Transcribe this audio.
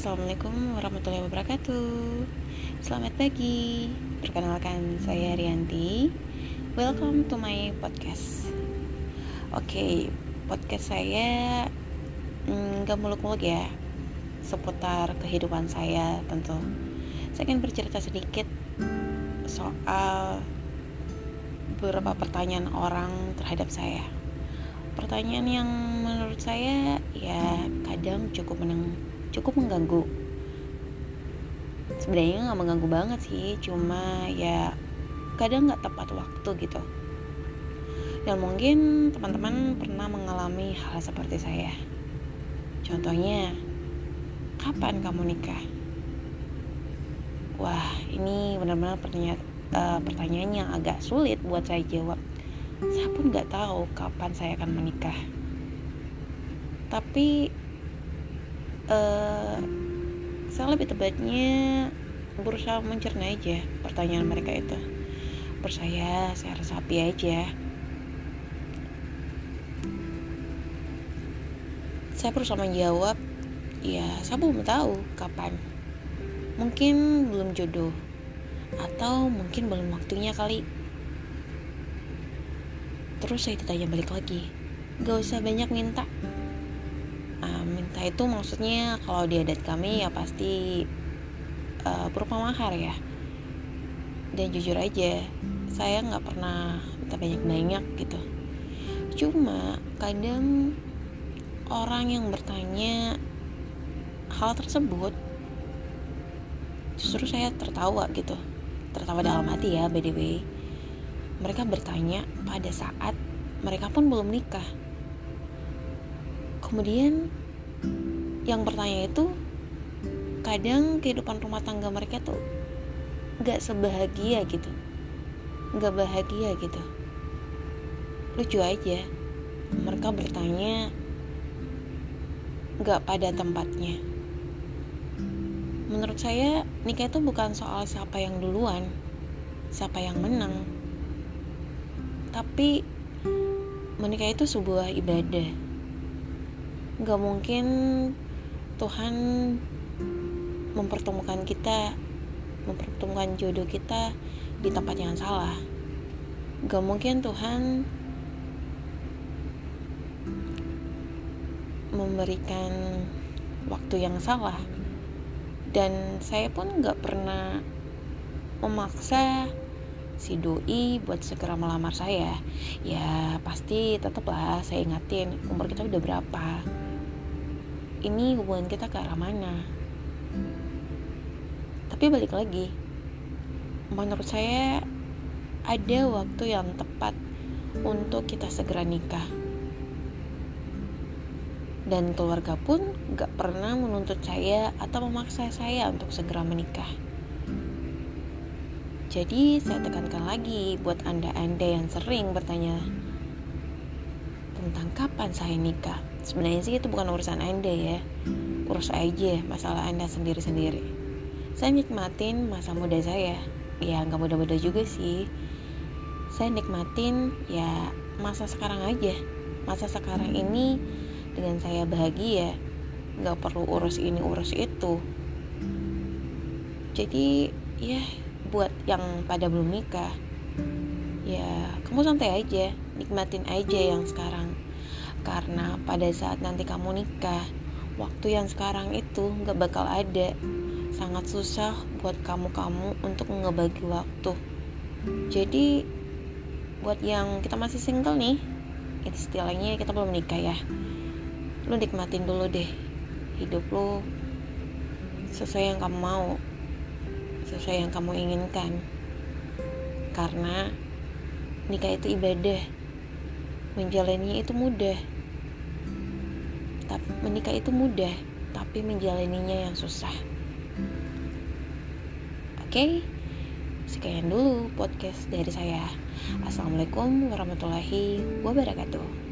Assalamualaikum warahmatullahi wabarakatuh. Selamat pagi. Perkenalkan, saya Rianti. Welcome to my podcast. Oke, podcast saya gak muluk-muluk ya, seputar kehidupan saya tentu. Saya akan bercerita sedikit soal beberapa pertanyaan orang terhadap saya. Pertanyaan yang menurut saya ya kadang cukup mengganggu. Sebenarnya nggak mengganggu banget sih, cuma ya kadang nggak tepat waktu gitu. Dan mungkin teman-teman pernah mengalami hal seperti saya. Contohnya, kapan kamu nikah? Wah, ini benar-benar pertanyaan yang agak sulit buat saya jawab. Saya pun nggak tahu kapan saya akan menikah. Tapi saya lebih tepatnya berusaha mencerna aja pertanyaan mereka itu. Saya resapi aja. Saya berusaha menjawab, ya saya belum tahu kapan. Mungkin belum jodoh, atau mungkin belum waktunya kali. Terus saya ditanya balik lagi, gak usah banyak minta. Minta itu maksudnya kalau di adat kami ya pasti berupa mahar ya. Dan jujur aja, saya gak pernah minta banyak-banyak gitu. Cuma kadang orang yang bertanya hal tersebut, justru saya tertawa gitu. Tertawa dalam hati ya, by the way. Mereka bertanya pada saat mereka pun belum nikah. Kemudian yang bertanya itu kadang kehidupan rumah tangga mereka tuh gak sebahagia gitu, gak bahagia gitu. Lucu aja, mereka bertanya gak pada tempatnya. Menurut saya nikah itu bukan soal siapa yang duluan, siapa yang menang, tapi menikah itu sebuah ibadah. Gak mungkin Tuhan mempertemukan jodoh kita di tempat yang salah. Gak mungkin Tuhan memberikan waktu yang salah. Dan saya pun gak pernah memaksa si doi buat segera melamar saya. Ya pasti tetaplah saya ingatin umur kita udah berapa, ini hubungan kita ke arah mana. Tapi balik lagi, menurut saya ada waktu yang tepat untuk kita segera nikah. Dan keluarga pun gak pernah menuntut saya atau memaksa saya untuk segera menikah. Jadi saya tekankan lagi buat anda-anda yang sering bertanya tentang kapan saya nikah. Sebenarnya sih itu bukan urusan anda ya. Urus aja masalah anda sendiri-sendiri. Saya nikmatin masa muda saya. Ya gak muda-muda juga sih. Saya nikmatin ya masa sekarang aja. Masa sekarang ini dengan saya bahagia, gak perlu urus ini urus itu. Jadi ya buat yang pada belum nikah, ya kamu santai aja, nikmatin aja yang sekarang. Karena pada saat nanti kamu nikah, waktu yang sekarang itu gak bakal ada. Sangat susah buat kamu untuk ngebagi waktu. Jadi buat yang kita masih single nih, istilahnya kita belum nikah ya, lu nikmatin dulu deh hidup lu sesuai yang kamu mau, sesuai yang kamu inginkan. Karena nikah itu ibadah, menjalaninya itu mudah. Menikah itu mudah, tapi menjalaninya yang susah. Oke, sekian dulu podcast dari saya. Assalamualaikum warahmatullahi wabarakatuh.